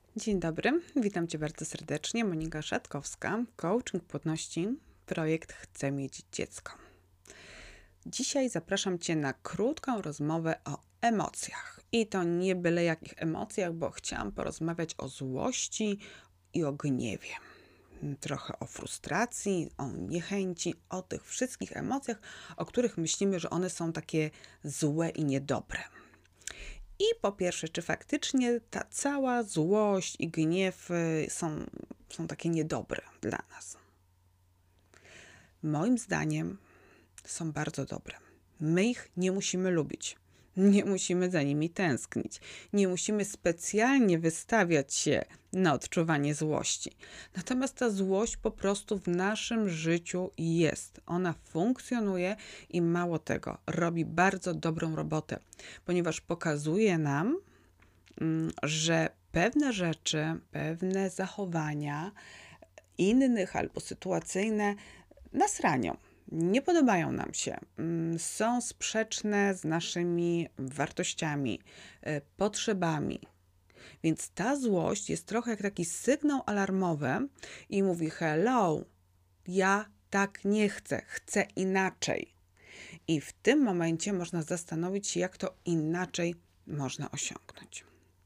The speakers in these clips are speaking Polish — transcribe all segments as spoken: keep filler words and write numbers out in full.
Dzień dobry, witam Cię bardzo serdecznie. Monika Szatkowska, coaching płodności, projekt Chcę mieć dziecko. Dzisiaj zapraszam Cię na krótką rozmowę o emocjach. I to nie byle jakich emocjach, bo chciałam porozmawiać o złości i o gniewie. Trochę o frustracji, o niechęci, o tych wszystkich emocjach, o których myślimy, że one są takie złe i niedobre. I po pierwsze, czy faktycznie ta cała złość i gniew y, są, są takie niedobre dla nas? Moim zdaniem są bardzo dobre. My ich nie musimy lubić. Nie musimy za nimi tęsknić. Nie musimy specjalnie wystawiać się na odczuwanie złości. Natomiast ta złość po prostu w naszym życiu jest. Ona funkcjonuje i mało tego, robi bardzo dobrą robotę, ponieważ pokazuje nam, mm, że pewne rzeczy, pewne zachowania innych albo sytuacyjne nas ranią. Nie podobają nam się, mm, są sprzeczne z naszymi wartościami, y, potrzebami. Więc ta złość jest trochę jak taki sygnał alarmowy i mówi: hello, ja tak nie chcę, chcę inaczej. I w tym momencie można zastanowić się, jak to inaczej można osiągnąć.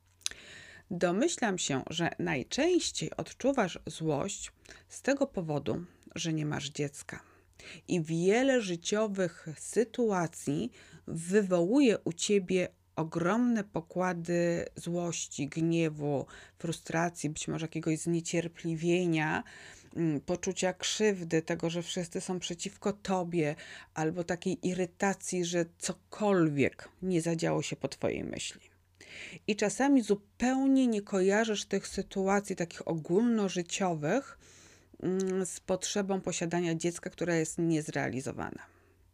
Domyślam się, że najczęściej odczuwasz złość z tego powodu, że nie masz dziecka. I wiele życiowych sytuacji wywołuje u ciebie ogromne pokłady złości, gniewu, frustracji, być może jakiegoś zniecierpliwienia, mm, poczucia krzywdy, tego, że wszyscy są przeciwko tobie, albo takiej irytacji, że cokolwiek nie zadziało się po twojej myśli. I czasami zupełnie nie kojarzysz tych sytuacji takich ogólnożyciowych mm, z potrzebą posiadania dziecka, która jest niezrealizowana.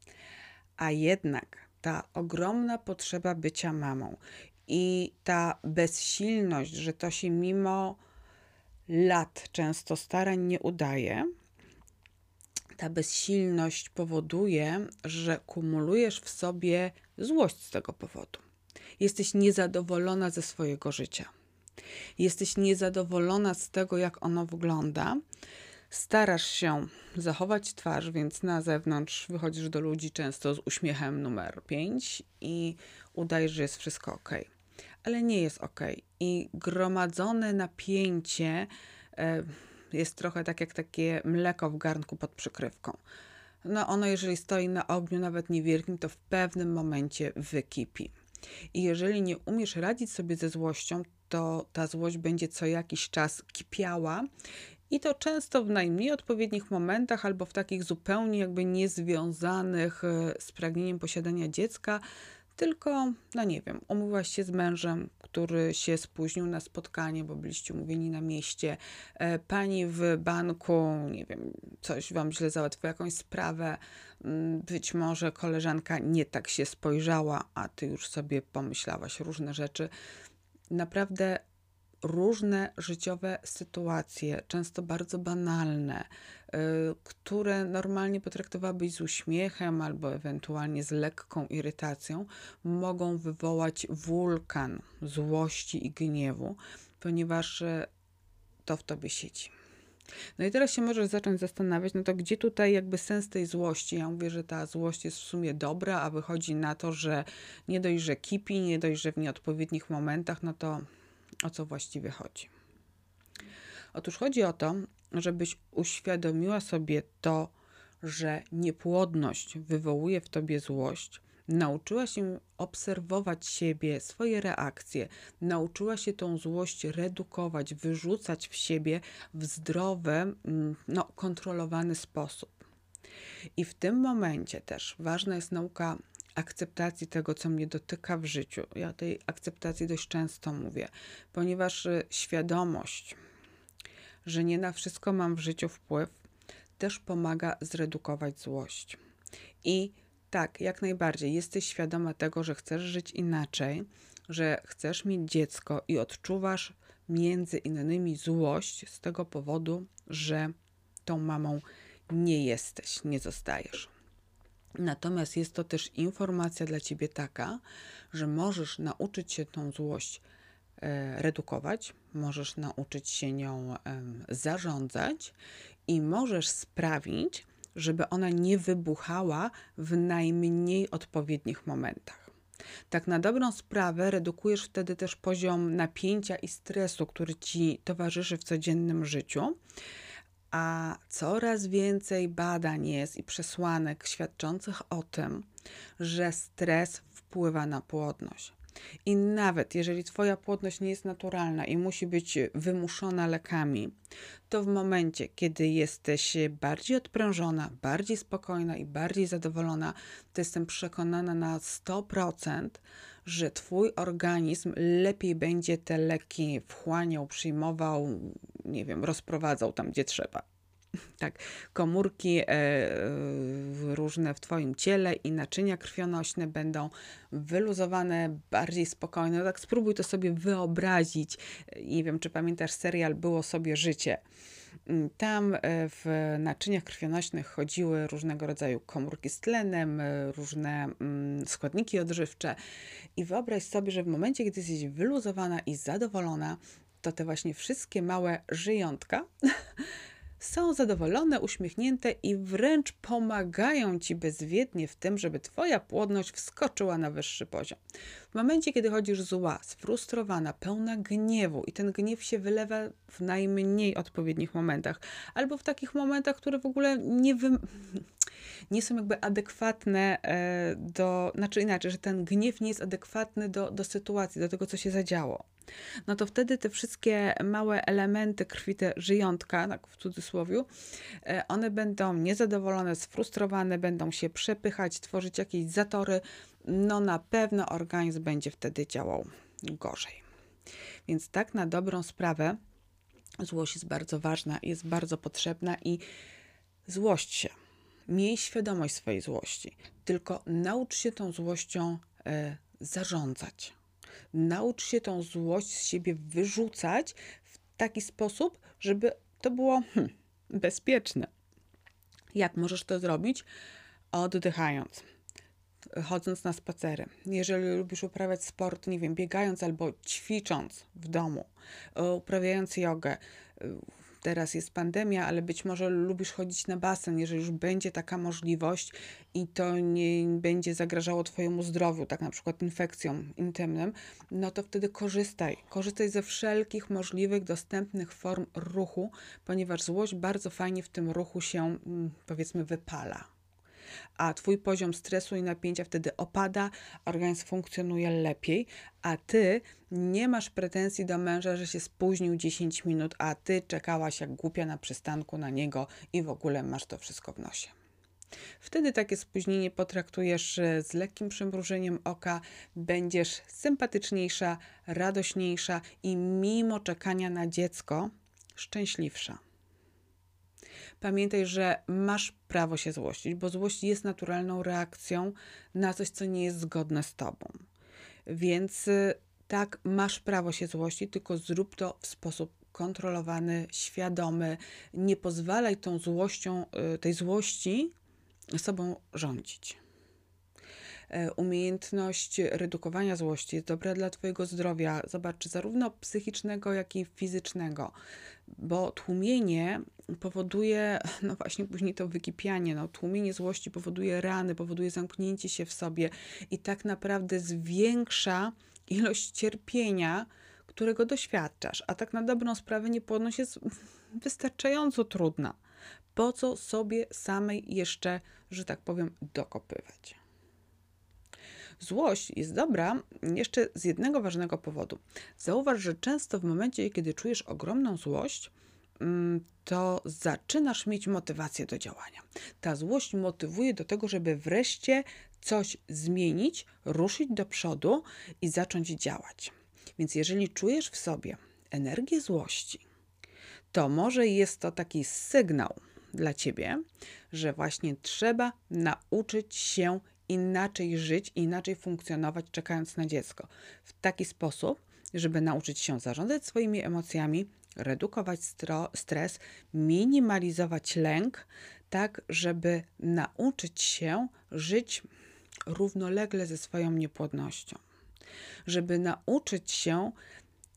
A jednak ta ogromna potrzeba bycia mamą i ta bezsilność, że to się mimo lat często starań nie udaje, ta bezsilność powoduje, że kumulujesz w sobie złość z tego powodu. Jesteś niezadowolona ze swojego życia. Jesteś niezadowolona z tego, jak ono wygląda. Starasz się zachować twarz, więc na zewnątrz wychodzisz do ludzi często z uśmiechem numer pięć i udajesz, że jest wszystko ok. Ale nie jest ok. I gromadzone napięcie e, jest trochę tak jak takie mleko w garnku pod przykrywką. No ono, jeżeli stoi na ogniu, nawet niewielkim, to w pewnym momencie wykipi. I jeżeli nie umiesz radzić sobie ze złością, to ta złość będzie co jakiś czas kipiała i to często w najmniej odpowiednich momentach albo w takich zupełnie jakby niezwiązanych e, z pragnieniem posiadania dziecka, tylko, no nie wiem, umówiłaś się z mężem, który się spóźnił na spotkanie, bo byliście umówieni na mieście, e, pani w banku, nie wiem, coś wam źle załatwiła, jakąś sprawę, mm, być może koleżanka nie tak się spojrzała, a ty już sobie pomyślałaś różne rzeczy. Naprawdę różne życiowe sytuacje, często bardzo banalne, y, które normalnie potraktowałabyś z uśmiechem albo ewentualnie z lekką irytacją, mogą wywołać wulkan złości i gniewu, ponieważ y, to w tobie siedzi. No i teraz się możesz zacząć zastanawiać, no to gdzie tutaj jakby sens tej złości? Ja mówię, że ta złość jest w sumie dobra, a wychodzi na to, że nie dość, że kipi, nie dość, że w nieodpowiednich momentach, no to o co właściwie chodzi? Otóż chodzi o to, żebyś uświadomiła sobie to, że niepłodność wywołuje w tobie złość, nauczyła się obserwować siebie, swoje reakcje, nauczyła się tą złość redukować, wyrzucać w siebie w zdrowy, mm, no, kontrolowany sposób. I w tym momencie też ważna jest nauka akceptacji tego, co mnie dotyka w życiu. Ja o tej akceptacji dość często mówię, ponieważ y, świadomość, że nie na wszystko mam w życiu wpływ, też pomaga zredukować złość. I tak, jak najbardziej jesteś świadoma tego, że chcesz żyć inaczej, że chcesz mieć dziecko i odczuwasz między innymi złość z tego powodu, że tą mamą nie jesteś, nie zostajesz. Natomiast jest to też informacja dla ciebie taka, że możesz nauczyć się tą złość e, redukować, możesz nauczyć się nią em, zarządzać i możesz sprawić, żeby ona nie wybuchała w najmniej odpowiednich momentach. Tak na dobrą sprawę redukujesz wtedy też poziom napięcia i stresu, który ci towarzyszy w codziennym życiu, a coraz więcej badań jest i przesłanek świadczących o tym, że stres wpływa na płodność. I nawet jeżeli Twoja płodność nie jest naturalna i musi być wymuszona lekami, to w momencie, kiedy jesteś bardziej odprężona, bardziej spokojna i bardziej zadowolona, to jestem przekonana na sto procent, że Twój organizm lepiej będzie te leki wchłaniał, przyjmował, nie wiem, rozprowadzał tam, gdzie trzeba. Tak, komórki e, różne w Twoim ciele i naczynia krwionośne będą wyluzowane, bardziej spokojne. No tak spróbuj to sobie wyobrazić. Nie wiem, czy pamiętasz serial Było sobie życie. Tam e, w naczyniach krwionośnych chodziły różnego rodzaju komórki z tlenem, e, różne mm, składniki odżywcze. I wyobraź sobie, że w momencie, kiedy jesteś wyluzowana i zadowolona, to te właśnie wszystkie małe żyjątka są zadowolone, uśmiechnięte i wręcz pomagają Ci bezwiednie w tym, żeby Twoja płodność wskoczyła na wyższy poziom. W momencie, kiedy chodzisz zła, sfrustrowana, pełna gniewu i ten gniew się wylewa w najmniej odpowiednich momentach, albo w takich momentach, które w ogóle nie, wy... nie są jakby adekwatne e, do, znaczy inaczej, że ten gniew nie jest adekwatny do, do sytuacji, do tego, co się zadziało. No to wtedy te wszystkie małe elementy krwi, te żyjątka, tak w cudzysłowie, one będą niezadowolone, sfrustrowane, będą się przepychać, tworzyć jakieś zatory. No na pewno organizm będzie wtedy działał gorzej. Więc tak na dobrą sprawę złość jest bardzo ważna, jest bardzo potrzebna i złość się. Miej świadomość swojej złości, tylko naucz się tą złością e, zarządzać. Naucz się tą złość z siebie wyrzucać w taki sposób, żeby to było hmm, bezpieczne. Jak możesz to zrobić? Oddychając, chodząc na spacery. Jeżeli lubisz uprawiać sport, nie wiem, biegając albo ćwicząc w domu, uprawiając jogę. Teraz jest pandemia, ale być może lubisz chodzić na basen, jeżeli już będzie taka możliwość i to nie będzie zagrażało Twojemu zdrowiu, tak na przykład infekcjom intymnym, no to wtedy korzystaj. Korzystaj ze wszelkich możliwych, dostępnych form ruchu, ponieważ złość bardzo fajnie w tym ruchu się, powiedzmy, wypala. A Twój poziom stresu i napięcia wtedy opada, organizm funkcjonuje lepiej, a Ty nie masz pretensji do męża, że się spóźnił dziesięć minut, a Ty czekałaś jak głupia na przystanku na niego i w ogóle masz to wszystko w nosie. Wtedy takie spóźnienie potraktujesz z lekkim przymrużeniem oka, będziesz sympatyczniejsza, radośniejsza i mimo czekania na dziecko szczęśliwsza. Pamiętaj, że masz prawo się złościć, bo złość jest naturalną reakcją na coś, co nie jest zgodne z Tobą. Więc tak, masz prawo się złościć, tylko zrób to w sposób kontrolowany, świadomy. Nie pozwalaj tą złością, tej złości sobą rządzić. Umiejętność redukowania złości jest dobra dla Twojego zdrowia, zobacz, zarówno psychicznego, jak i fizycznego, bo tłumienie powoduje, no właśnie później to wykipianie, no tłumienie złości powoduje rany, powoduje zamknięcie się w sobie i tak naprawdę zwiększa ilość cierpienia, którego doświadczasz, a tak na dobrą sprawę niepłodność jest wystarczająco trudna. Po co sobie samej jeszcze, że tak powiem, dokopywać? Złość jest dobra jeszcze z jednego ważnego powodu. Zauważ, że często w momencie, kiedy czujesz ogromną złość, to zaczynasz mieć motywację do działania. Ta złość motywuje do tego, żeby wreszcie coś zmienić, ruszyć do przodu i zacząć działać. Więc jeżeli czujesz w sobie energię złości, to może jest to taki sygnał dla Ciebie, że właśnie trzeba nauczyć się inaczej żyć, inaczej funkcjonować, czekając na dziecko. W taki sposób, żeby nauczyć się zarządzać swoimi emocjami, redukować stro, stres, minimalizować lęk, tak żeby nauczyć się żyć równolegle ze swoją niepłodnością. Żeby nauczyć się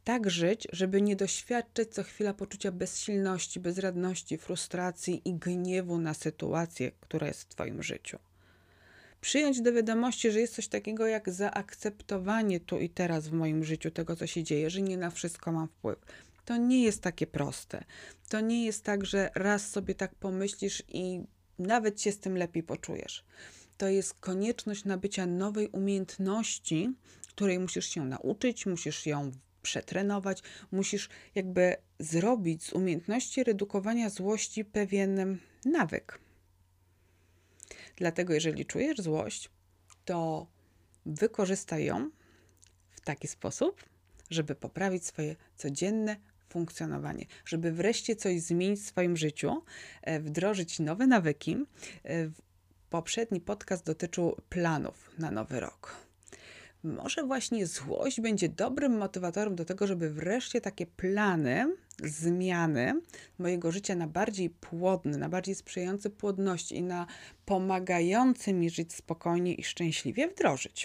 Tak żyć, żeby nie doświadczać co chwila poczucia bezsilności, bezradności, frustracji i gniewu na sytuację, która jest w twoim życiu. Przyjąć do wiadomości, że jest coś takiego jak zaakceptowanie tu i teraz w moim życiu tego, co się dzieje, że nie na wszystko mam wpływ. To nie jest takie proste. To nie jest tak, że raz sobie tak pomyślisz i nawet się z tym lepiej poczujesz. To jest konieczność nabycia nowej umiejętności, której musisz się nauczyć, musisz ją przetrenować, musisz jakby zrobić z umiejętności redukowania złości pewien nawyk. Dlatego jeżeli czujesz złość, to wykorzystaj ją w taki sposób, żeby poprawić swoje codzienne funkcjonowanie, żeby wreszcie coś zmienić w swoim życiu, wdrożyć nowe nawyki. Poprzedni podcast dotyczył planów na nowy rok. Może właśnie złość będzie dobrym motywatorem do tego, żeby wreszcie takie plany, zmiany mojego życia na bardziej płodny, na bardziej sprzyjający płodności i na pomagający mi żyć spokojnie i szczęśliwie wdrożyć.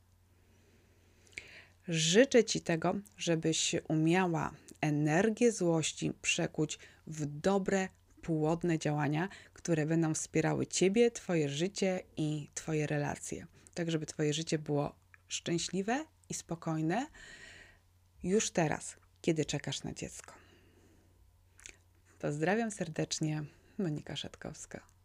Życzę Ci tego, żebyś umiała energię złości przekuć w dobre, płodne działania, które będą wspierały Ciebie, Twoje życie i Twoje relacje. Tak, żeby Twoje życie było szczęśliwe i spokojne już teraz, kiedy czekasz na dziecko. Pozdrawiam serdecznie, Monika Szatkowska.